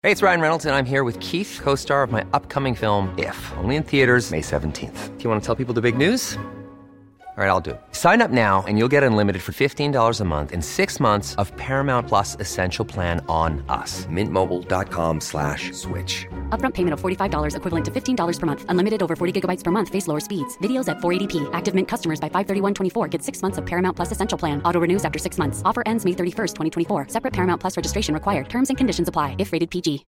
Hey, it's Ryan Reynolds, and I'm here with Keith, co-star of my upcoming film, If, only in theaters May 17th. Do you want to tell people the big news? All right, I'll do it. Sign up now and you'll get unlimited for $15 a month and 6 months of Paramount Plus Essential Plan on us. MintMobile.com/switch. Upfront payment of $45 equivalent to $15 per month. Unlimited over 40 gigabytes per month. Face lower speeds. Videos at 480p. Active Mint customers by 531.24 get 6 months of Paramount Plus Essential Plan. Auto renews after 6 months. Offer ends May 31st, 2024. Separate Paramount Plus registration required. Terms and conditions apply if rated PG.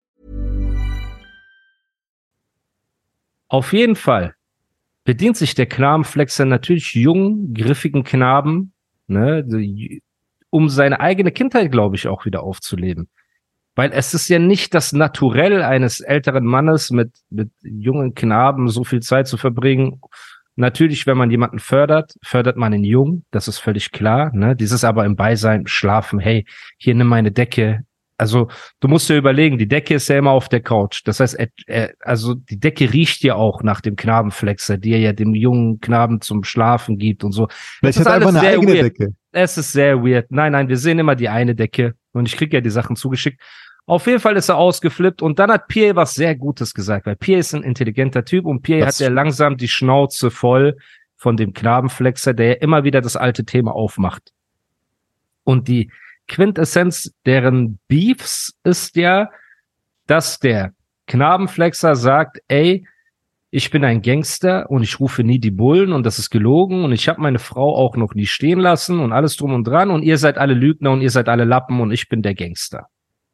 Auf jeden Fall bedient sich der Knabenflexer natürlich jungen, griffigen Knaben, ne, um seine eigene Kindheit, glaube ich, auch wieder aufzuleben. Weil es ist ja nicht das Naturell eines älteren Mannes mit jungen Knaben so viel Zeit zu verbringen. Natürlich, wenn man jemanden fördert man ihn jung, das ist völlig klar, ne? Dieses aber im Beisein schlafen, hey, hier nimm meine Decke. Also du musst dir überlegen, die Decke ist ja immer auf der Couch. Das heißt, also die Decke riecht ja auch nach dem Knabenflexer, die er ja dem jungen Knaben zum Schlafen gibt und so. Vielleicht hat er einfach eine eigene Decke. Es ist sehr weird. Nein, wir sehen immer die eine Decke und ich kriege ja die Sachen zugeschickt. Auf jeden Fall ist er ausgeflippt und dann hat Pierre was sehr Gutes gesagt, weil Pierre ist ein intelligenter Typ und Pierre hat ja langsam die Schnauze voll von dem Knabenflexer, der ja immer wieder das alte Thema aufmacht. Und die Quintessenz deren Beefs ist ja, dass der Knabenflexer sagt, ey, ich bin ein Gangster und ich rufe nie die Bullen und das ist gelogen und ich habe meine Frau auch noch nie stehen lassen und alles drum und dran und ihr seid alle Lügner und ihr seid alle Lappen und ich bin der Gangster.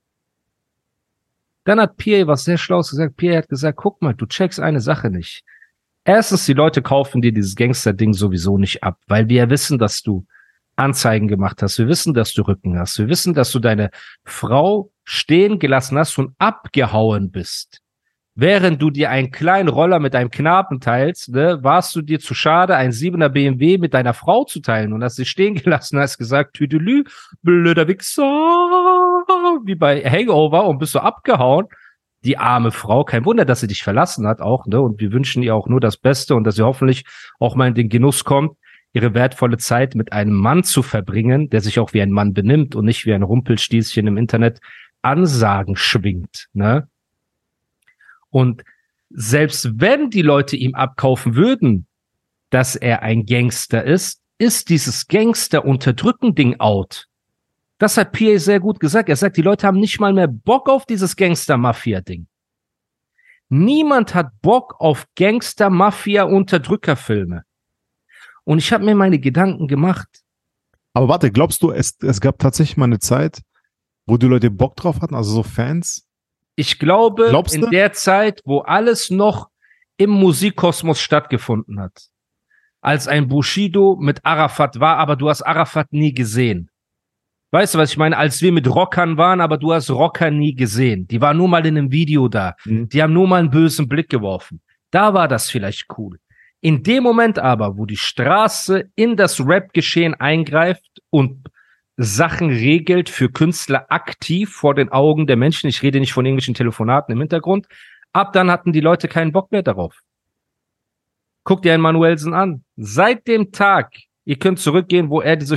Dann hat Pierre was sehr Schlaues gesagt. Pierre hat gesagt, guck mal, du checkst eine Sache nicht. Erstens, die Leute kaufen dir dieses Gangster-Ding sowieso nicht ab, weil wir ja wissen, dass du Anzeigen gemacht hast. Wir wissen, dass du Rücken hast. Wir wissen, dass du deine Frau stehen gelassen hast und abgehauen bist. Während du dir einen kleinen Roller mit einem Knaben teilst, ne, warst du dir zu schade, einen 7er BMW mit deiner Frau zu teilen und hast sie stehen gelassen und hast gesagt, Tüdelü, blöder Wichser, wie bei Hangover und bist so abgehauen. Die arme Frau, kein Wunder, dass sie dich verlassen hat auch, ne, und wir wünschen ihr auch nur das Beste und dass sie hoffentlich auch mal in den Genuss kommt, ihre wertvolle Zeit mit einem Mann zu verbringen, der sich auch wie ein Mann benimmt und nicht wie ein Rumpelstilzchen im Internet Ansagen schwingt, ne? Und selbst wenn die Leute ihm abkaufen würden, dass er ein Gangster ist dieses Gangster-Unterdrücken-Ding out. Das hat Pierre sehr gut gesagt. Er sagt, die Leute haben nicht mal mehr Bock auf dieses Gangster-Mafia-Ding. Niemand hat Bock auf Gangster-Mafia-Unterdrückerfilme. Und ich habe mir meine Gedanken gemacht. Aber warte, glaubst du, es gab tatsächlich mal eine Zeit, wo die Leute Bock drauf hatten, also so Fans? Ich glaube, in der Zeit, wo alles noch im Musikkosmos stattgefunden hat, als ein Bushido mit Arafat war, aber du hast Arafat nie gesehen. Weißt du, was ich meine? Als wir mit Rockern waren, aber du hast Rocker nie gesehen. Die waren nur mal in einem Video da. Die haben nur mal einen bösen Blick geworfen. Da war das vielleicht cool. In dem Moment aber, wo die Straße in das Rap-Geschehen eingreift und Sachen regelt für Künstler aktiv vor den Augen der Menschen, ich rede nicht von irgendwelchen Telefonaten im Hintergrund, ab dann hatten die Leute keinen Bock mehr darauf. Guck dir einen Manuelsen an. Seit dem Tag, ihr könnt zurückgehen, wo er diese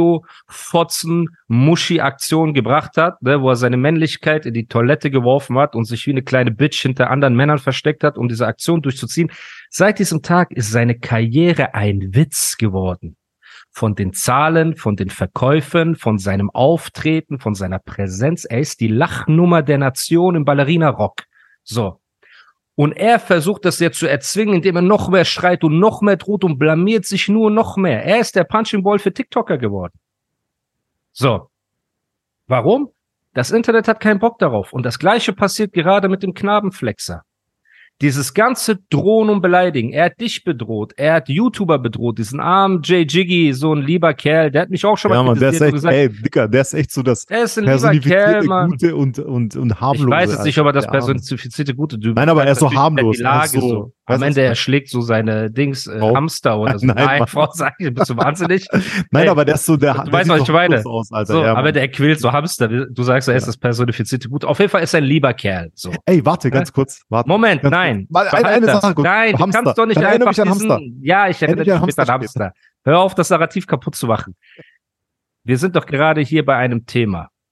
Studio-Fotzen-Muschi-Aktion gebracht hat, ne, wo er seine Männlichkeit in die Toilette geworfen hat und sich wie eine kleine Bitch hinter anderen Männern versteckt hat, um diese Aktion durchzuziehen. Seit diesem Tag ist seine Karriere ein Witz geworden. Von den Zahlen, von den Verkäufen, von seinem Auftreten, von seiner Präsenz. Er ist die Lachnummer der Nation im Ballerina-Rock. So. Und er versucht das jetzt zu erzwingen, indem er noch mehr schreit und noch mehr droht und blamiert sich nur noch mehr. Er ist der Punching Ball für TikToker geworden. So. Warum? Das Internet hat keinen Bock darauf. Und das Gleiche passiert gerade mit dem Knabenflexer. Dieses ganze Drohen und Beleidigen. Er hat dich bedroht. Er hat YouTuber bedroht. Diesen armen Jay Jiggy, so ein lieber Kerl. Der hat mich auch schon mal kritisiert. Ja, Mann, der ist echt, gesagt, ey, Dicker, der ist echt so das personifizierte Gute und harmlose. Ich weiß jetzt nicht, ob er das personifizierte Gute. Nein, aber er ist so harmlos. Die Lage so. Am Ende erschlägt so seine Hamster oder so. Nein, Frau, sag ich, bist du wahnsinnig? Nein, aber der ist so, du weißt, was ich meine. Aus, Alter. So, ja, aber der quält so Hamster. Du sagst, er ist das personifizierte Gute. Auf jeden Fall ist er ein lieber Kerl. So. Ey, warte, ganz kurz. Moment, nein. Eine Sache, gut. Nein, du Hamster. kannst doch nicht einfach diesen... Ja, ich erinnere dich mit an Hamster. Hör auf, das Narrativ kaputt zu machen. Wir sind doch gerade hier bei einem Thema.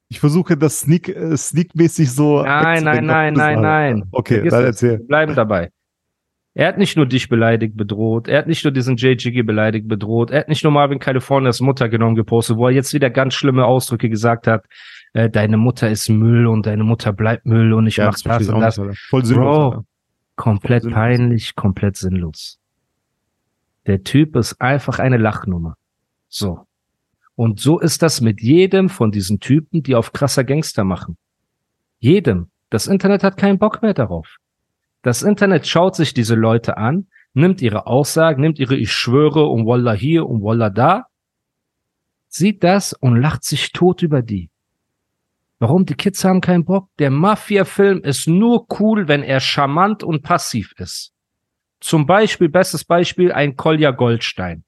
Ich versuche das sneakmäßig so Nein. Okay, Vergiss dann es. erzähl. Wir bleiben dabei. Er hat nicht nur dich beleidigt, bedroht. Er hat nicht nur diesen Jay Jiggy beleidigt, bedroht. Er hat nicht nur Marvin Californias Mutter genommen, gepostet, wo er jetzt wieder ganz schlimme Ausdrücke gesagt hat. Deine Mutter ist Müll und deine Mutter bleibt Müll und ich mach das und das. Voll sinnlos. Bro, Alter. komplett Sinnlos. peinlich, komplett sinnlos. Der Typ ist einfach eine Lachnummer. So. Und so ist das mit jedem von diesen Typen, die auf krasser Gangster machen. Jedem. Das Internet hat keinen Bock mehr darauf. Das Internet schaut sich diese Leute an, nimmt ihre Aussagen, nimmt ihre Ich schwöre und Wallah hier und Wallah da, sieht das und lacht sich tot über die. Warum? Die Kids haben keinen Bock. Der Mafia-Film ist nur cool, wenn er charmant und passiv ist. Zum Beispiel, bestes Beispiel, ein Kolja Goldstein.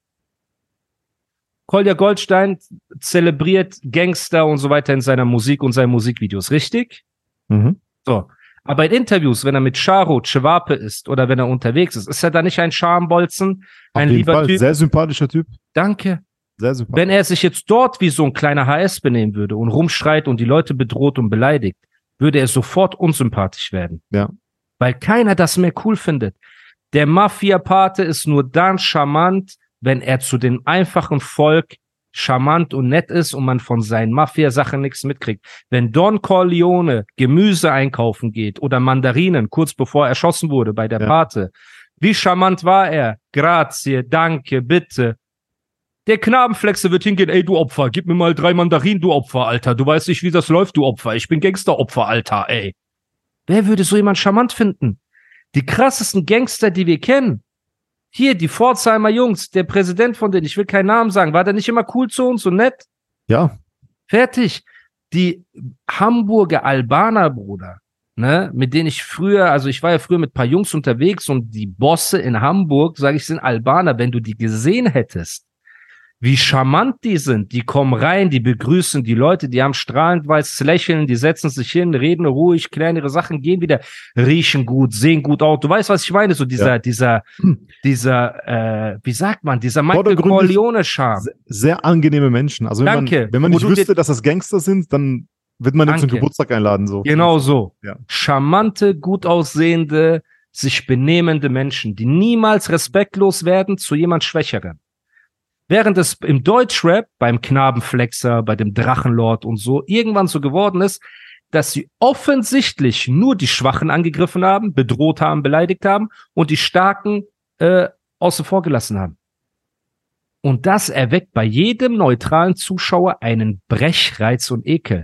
Kolja Goldstein zelebriert Gangster und so weiter in seiner Musik und seinen Musikvideos, richtig? Mhm. So. Aber in Interviews, wenn er mit Charo, Chewape ist oder wenn er unterwegs ist er da nicht ein Schambolzen, Auf ein jeden lieber Fall. Typ? Sehr sympathischer Typ. Danke. Sehr sympathisch. Wenn er sich jetzt dort wie so ein kleiner HS benehmen würde und rumschreit und die Leute bedroht und beleidigt, würde er sofort unsympathisch werden. Ja. Weil keiner das mehr cool findet. Der Mafia-Pate ist nur dann charmant, wenn er zu dem einfachen Volk charmant und nett ist und man von seinen Mafia-Sachen nichts mitkriegt. Wenn Don Corleone Gemüse einkaufen geht oder Mandarinen, kurz bevor er erschossen wurde bei der Pate, wie charmant war er? Grazie, danke, bitte. Der Knabenflexe wird hingehen, ey, du Opfer, gib mir mal 3 Mandarinen, du Opfer, Alter. Du weißt nicht, wie das läuft, du Opfer. Ich bin Gangsteropfer, Alter, ey. Wer würde so jemand charmant finden? Die krassesten Gangster, die wir kennen. Hier, die Pforzheimer Jungs, der Präsident von denen, ich will keinen Namen sagen, war der nicht immer cool zu uns und nett? Ja. Fertig. Die Hamburger Albaner, Bruder, ne, mit denen ich früher, also ich war ja früher mit ein paar Jungs unterwegs und die Bosse in Hamburg, sage ich, sind Albaner, wenn du die gesehen hättest, wie charmant die sind, die kommen rein, die begrüßen die Leute, die haben strahlend weißes Lächeln, die setzen sich hin, reden ruhig, klären ihre Sachen, gehen wieder, riechen gut, sehen gut aus. Du weißt, was ich meine, so dieser, wie sagt man, dieser Michael Corleone-Charme. Sehr angenehme Menschen. Also wenn man nicht wüsste, dass das Gangster sind, dann wird man jetzt zum Geburtstag einladen. So. Genau so. Ja. Charmante, gut aussehende, sich benehmende Menschen, die niemals respektlos werden zu jemand Schwächeren. Während es im Deutschrap, beim Knabenflexer, bei dem Drachenlord und so, irgendwann so geworden ist, dass sie offensichtlich nur die Schwachen angegriffen haben, bedroht haben, beleidigt haben und die Starken außen vor gelassen haben. Und das erweckt bei jedem neutralen Zuschauer einen Brechreiz und Ekel.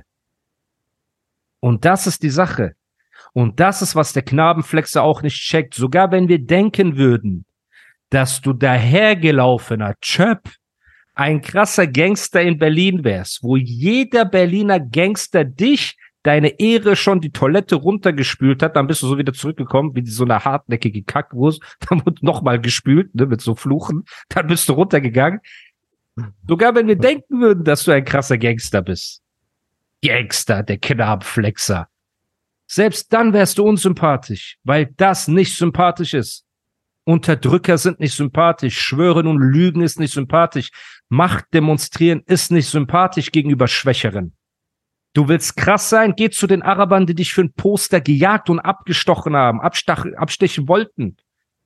Und das ist die Sache. Und das ist, was der Knabenflexer auch nicht checkt. Sogar wenn wir denken würden, dass du dahergelaufener Chöp ein krasser Gangster in Berlin wärst, wo jeder Berliner Gangster dich, deine Ehre schon die Toilette runtergespült hat, dann bist du so wieder zurückgekommen, wie so eine hartnäckige Kackwurst, dann wird nochmal gespült, ne, mit so Fluchen, dann bist du runtergegangen. Sogar wenn wir denken würden, dass du ein krasser Gangster bist. Gangster, der Knabenflexer. Selbst dann wärst du unsympathisch, weil das nicht sympathisch ist. Unterdrücker sind nicht sympathisch, Schwören und Lügen ist nicht sympathisch, Macht demonstrieren ist nicht sympathisch gegenüber Schwächeren. Du willst krass sein, geh zu den Arabern, die dich für ein Poster gejagt und abgestochen haben, abstechen wollten.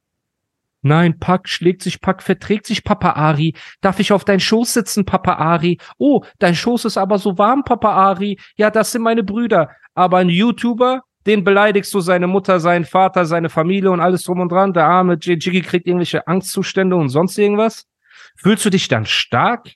Nein, Pack schlägt sich, Pack verträgt sich, Papa Ari. Darf ich auf deinen Schoß sitzen, Papa Ari? Oh, dein Schoß ist aber so warm, Papa Ari. Ja, das sind meine Brüder. Aber ein YouTuber, den beleidigst du, seine Mutter, seinen Vater, seine Familie und alles drum und dran. Der arme Jiggy kriegt irgendwelche Angstzustände und sonst irgendwas. Fühlst du dich dann stark?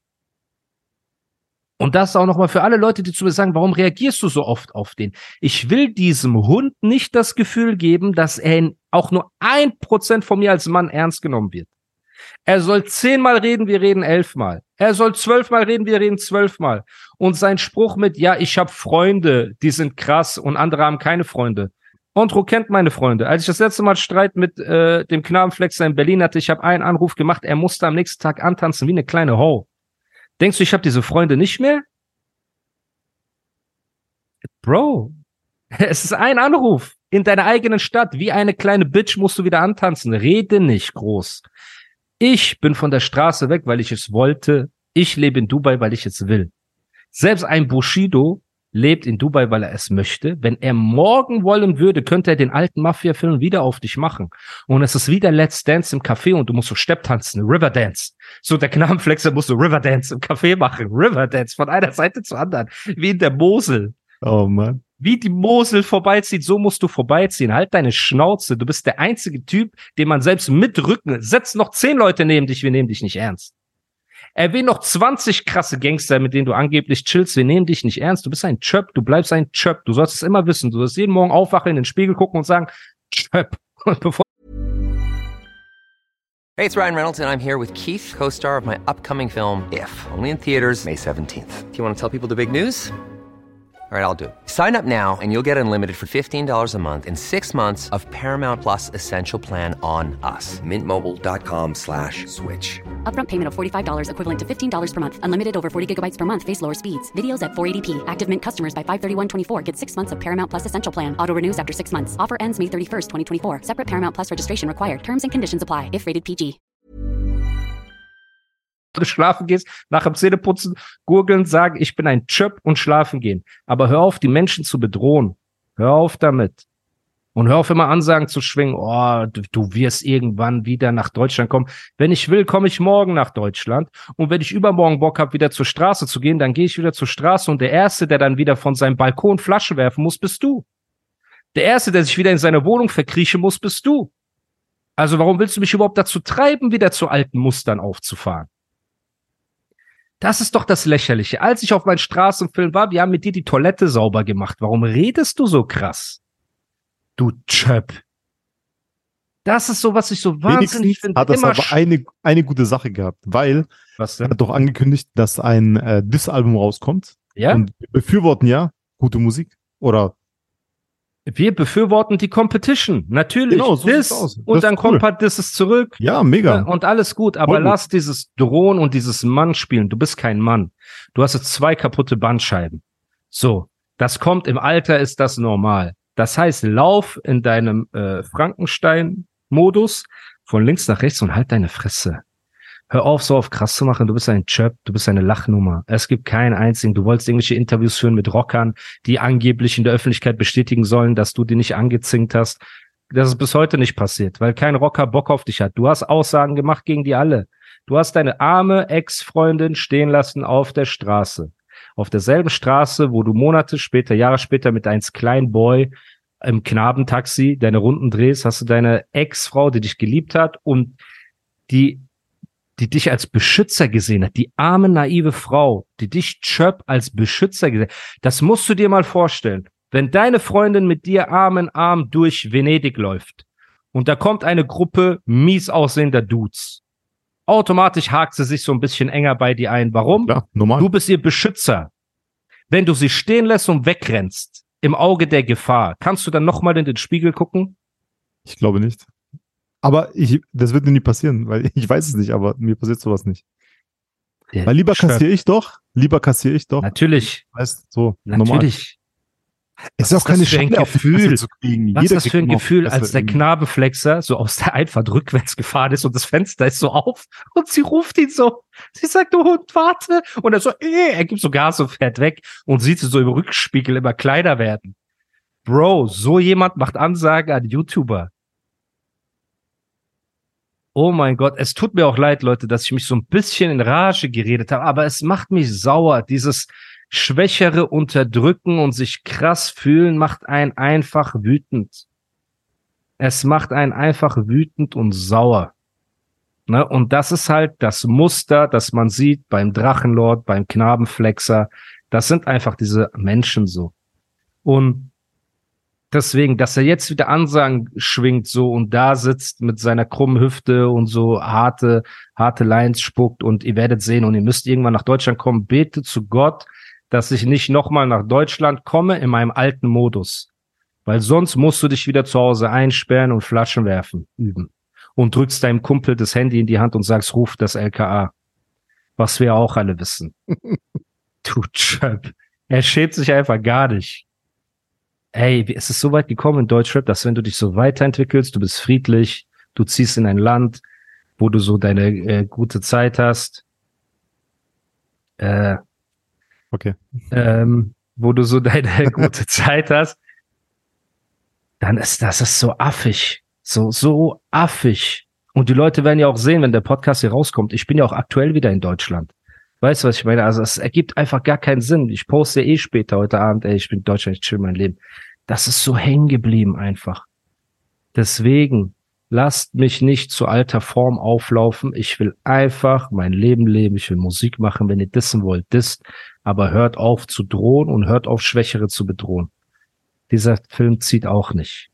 Und das auch nochmal für alle Leute, die zu mir sagen, warum reagierst du so oft auf den? Ich will diesem Hund nicht das Gefühl geben, dass er auch nur 1% von mir als Mann ernst genommen wird. Er soll 10-mal reden, wir reden 11-mal. Er soll 12-mal reden, wir reden 12-mal. Und sein Spruch mit, ja, ich habe Freunde, die sind krass und andere haben keine Freunde. Ontro kennt meine Freunde. Als ich das letzte Mal Streit mit dem Knabenflexer in Berlin hatte, ich habe einen Anruf gemacht, er musste am nächsten Tag antanzen wie eine kleine Ho. Denkst du, ich habe diese Freunde nicht mehr? Bro, es ist ein Anruf in deiner eigenen Stadt. Wie eine kleine Bitch musst du wieder antanzen. Rede nicht groß. Ich bin von der Straße weg, weil ich es wollte. Ich lebe in Dubai, weil ich es will. Selbst ein Bushido lebt in Dubai, weil er es möchte. Wenn er morgen wollen würde, könnte er den alten Mafia-Film wieder auf dich machen. Und es ist wieder Let's Dance im Café und du musst so Stepptanzen, Riverdance. So der Knabenflexer muss so Riverdance im Café machen. Riverdance von einer Seite zur anderen. Wie in der Mosel. Oh Mann. Wie die Mosel vorbeizieht, so musst du vorbeiziehen. Halt deine Schnauze. Du bist der einzige Typ, den man selbst mit Rücken, setzt noch 10 Leute neben dich, wir nehmen dich nicht ernst. Erwähn noch 20 krasse Gangster, mit denen du angeblich chillst, wir nehmen dich nicht ernst. Du bist ein Chöp, du bleibst ein Chöp. Du sollst es immer wissen. Du sollst jeden Morgen aufwachen, in den Spiegel gucken und sagen, Chöp. Und bevor Hey, it's Ryan Reynolds, and I'm here with Keith, co-star of my upcoming film, If, only in theaters May 17th. Do you want to tell people the big news? All right, I'll do it. Sign up now and you'll get unlimited for $15 a month and 6 months of Paramount Plus Essential Plan on us. Mintmobile.com/switch. Upfront payment of $45 equivalent to $15 per month. Unlimited over 40 gigabytes per month. Face lower speeds. Videos at 480p. Active Mint customers by 531.24 get 6 months of Paramount Plus Essential Plan. Auto renews after 6 months. Offer ends May 31st, 2024. Separate Paramount Plus registration required. Terms and conditions apply if rated PG. du schlafen gehst, nach dem Zähneputzen, gurgeln, sagen, ich bin ein Chöp und schlafen gehen. Aber hör auf, die Menschen zu bedrohen. Hör auf damit. Und hör auf, immer Ansagen zu schwingen, oh, du wirst irgendwann wieder nach Deutschland kommen. Wenn ich will, komme ich morgen nach Deutschland. Und wenn ich übermorgen Bock habe, wieder zur Straße zu gehen, dann gehe ich wieder zur Straße. Und der Erste, der dann wieder von seinem Balkon Flaschen werfen muss, bist du. Der Erste, der sich wieder in seine Wohnung verkriechen muss, bist du. Also warum willst du mich überhaupt dazu treiben, wieder zu alten Mustern aufzufahren? Das ist doch das Lächerliche. Als ich auf meinem Straßenfilm war, wir haben mit dir die Toilette sauber gemacht. Warum redest du so krass? Du Chöp. Das ist so, was ich so wahnsinnig finde. Hat das aber eine gute Sache gehabt, weil was er denn? hat doch angekündigt, dass ein Diss-Album rauskommt. Ja? Und wir befürworten ja gute Musik. Oder Wir befürworten die Competition. Natürlich. Genau, so Diss. sieht's aus. Das Und ist dann cool. kommt ein paar Disses zurück. ja, mega. Und alles gut. Aber Voll gut. lass dieses Drohen und dieses Mann spielen. Du bist kein Mann. Du hast jetzt 2 kaputte Bandscheiben. So. Das kommt im Alter, ist das normal. Das heißt, lauf in deinem Frankenstein-Modus von links nach rechts und halt deine Fresse. Hör auf, so auf krass zu machen. Du bist ein Chöp, du bist eine Lachnummer. Es gibt keinen einzigen. Du wolltest irgendwelche Interviews führen mit Rockern, die angeblich in der Öffentlichkeit bestätigen sollen, dass du die nicht angezinkt hast. Das ist bis heute nicht passiert, weil kein Rocker Bock auf dich hat. Du hast Aussagen gemacht gegen die alle. Du hast deine arme Ex-Freundin stehen lassen auf der Straße. Auf derselben Straße, wo du Monate später, Jahre später mit einem kleinen Boy im Knabentaxi deine Runden drehst, hast du deine Ex-Frau, die dich geliebt hat und die dich als Beschützer gesehen hat, die arme, naive Frau, die dich Chöp als Beschützer gesehen hat. Das musst du dir mal vorstellen. Wenn deine Freundin mit dir Arm in Arm durch Venedig läuft und da kommt eine Gruppe mies aussehender Dudes, automatisch hakt sie sich so ein bisschen enger bei dir ein. Warum? Klar, normal. Du bist ihr Beschützer. Wenn du sie stehen lässt und wegrennst, im Auge der Gefahr, kannst du dann nochmal in den Spiegel gucken? Ich glaube nicht. Aber das wird mir nie passieren, weil ich weiß es nicht, aber mir passiert sowas nicht. Weil lieber kassiere ich doch. Natürlich, Weißt so, normal. natürlich. Es ist auch keine das für ein Schande, auf die Gefühl? Fresse zu kriegen. Was ist Jeder das für ein kriegt mal auf die Gefühl, Fresse als der irgendwie. Knabenflexer so aus der Einfahrt rückwärts gefahren ist und das Fenster ist so auf und sie ruft ihn so. Sie sagt, du Hund, warte. Und er so, er gibt so Gas und fährt weg und sieht sie so im Rückspiegel immer kleiner werden. Bro, so jemand macht Ansagen an YouTuber. Oh mein Gott, es tut mir auch leid, Leute, dass ich mich so ein bisschen in Rage geredet habe, aber es macht mich sauer. Dieses Schwächere unterdrücken und sich krass fühlen macht einen einfach wütend. Es macht einen einfach wütend und sauer. Ne? Und das ist halt das Muster, das man sieht beim Drachenlord, beim Knabenflexer. Das sind einfach diese Menschen so. Und deswegen, dass er jetzt wieder Ansagen schwingt so und da sitzt mit seiner krummen Hüfte und so harte Lines spuckt und ihr werdet sehen und ihr müsst irgendwann nach Deutschland kommen, bete zu Gott, dass ich nicht nochmal nach Deutschland komme in meinem alten Modus. Weil sonst musst du dich wieder zu Hause einsperren und Flaschen werfen, üben. Und drückst deinem Kumpel das Handy in die Hand und sagst, ruf das LKA. Was wir auch alle wissen. Du Chöp. Er schämt sich einfach gar nicht. Ey, es ist so weit gekommen in Deutschrap, dass wenn du dich so weiterentwickelst, du bist friedlich, du ziehst in ein Land, wo du so deine gute Zeit hast, Okay. wo du so deine gute Zeit hast, dann ist das so affig. So affig. Und die Leute werden ja auch sehen, wenn der Podcast hier rauskommt. Ich bin ja auch aktuell wieder in Deutschland. Weißt du, was ich meine? Also es ergibt einfach gar keinen Sinn. Ich poste später heute Abend, ich bin in Deutschland, ich chill mein Leben. Das ist so hängen geblieben einfach. Deswegen lasst mich nicht zu alter Form auflaufen. Ich will einfach mein Leben leben. Ich will Musik machen. Wenn ihr dissen wollt, disst. Aber hört auf zu drohen und hört auf, Schwächere zu bedrohen. Dieser Film zieht auch nicht.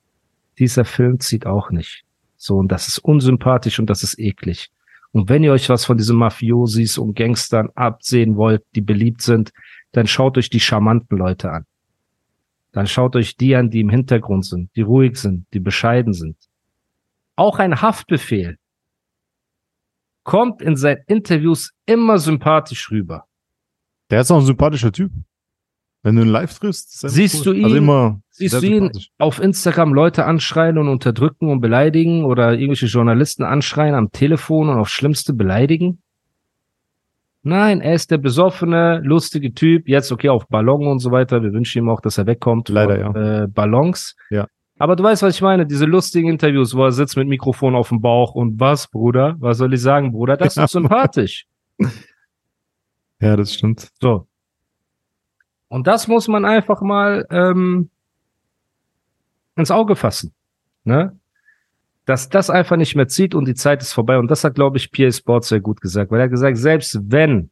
So, und das ist unsympathisch und das ist eklig. Und wenn ihr euch was von diesen Mafiosis und Gangstern absehen wollt, die beliebt sind, dann schaut euch die charmanten Leute an. Dann schaut euch die an, die im Hintergrund sind, die ruhig sind, die bescheiden sind. Auch ein Haftbefehl kommt in seinen Interviews immer sympathisch rüber. Der ist auch ein sympathischer Typ. Wenn du ihn live triffst, siehst du ihn auf Instagram Leute anschreien und unterdrücken und beleidigen oder irgendwelche Journalisten anschreien am Telefon und aufs Schlimmste beleidigen? Nein, er ist der besoffene, lustige Typ. Jetzt okay auf Ballon und so weiter. Wir wünschen ihm auch, dass er wegkommt. Leider, von, Ballons. Ja. Aber du weißt, was ich meine. Diese lustigen Interviews, wo er sitzt mit Mikrofon auf dem Bauch und was, Bruder? Was soll ich sagen, Bruder? Das ist sympathisch. Ja, das stimmt. So. Und das muss man einfach mal ins Auge fassen, ne? Dass das einfach nicht mehr zieht und die Zeit ist vorbei. Und das hat, glaube ich, PA Sports sehr gut gesagt, weil er hat gesagt, selbst wenn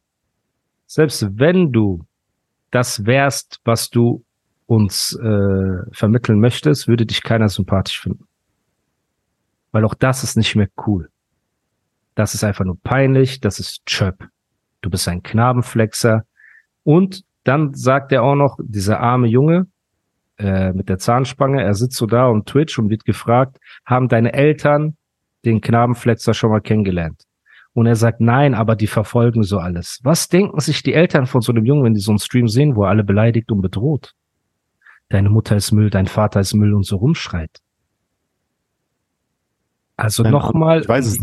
du das wärst, was du uns vermitteln möchtest, würde dich keiner sympathisch finden. Weil auch das ist nicht mehr cool. Das ist einfach nur peinlich, das ist Chöp. Du bist ein Knabenflexer. Und dann sagt er auch noch, dieser arme Junge mit der Zahnspange, er sitzt so da um Twitch und wird gefragt, haben deine Eltern den Knabenflexer schon mal kennengelernt? Und er sagt, nein, aber die verfolgen so alles. Was denken sich die Eltern von so einem Jungen, wenn die so einen Stream sehen, wo er alle beleidigt und bedroht? Deine Mutter ist Müll, dein Vater ist Müll und so rumschreit. Also nochmal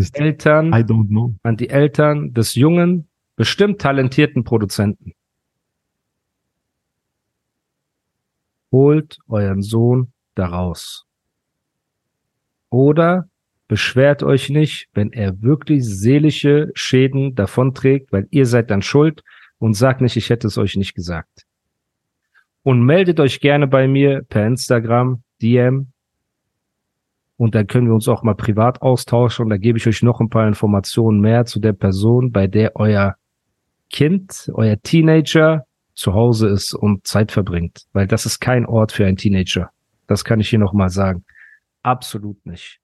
an die Eltern des jungen, bestimmt talentierten Produzenten. Holt euren Sohn da raus. Oder beschwert euch nicht, wenn er wirklich seelische Schäden davonträgt, weil ihr seid dann schuld und sagt nicht, ich hätte es euch nicht gesagt. Und meldet euch gerne bei mir per Instagram, DM. Und dann können wir uns auch mal privat austauschen und da gebe ich euch noch ein paar Informationen mehr zu der Person, bei der euer Kind, euer Teenager zu Hause ist und Zeit verbringt. Weil das ist kein Ort für einen Teenager. Das kann ich hier nochmal sagen. Absolut nicht.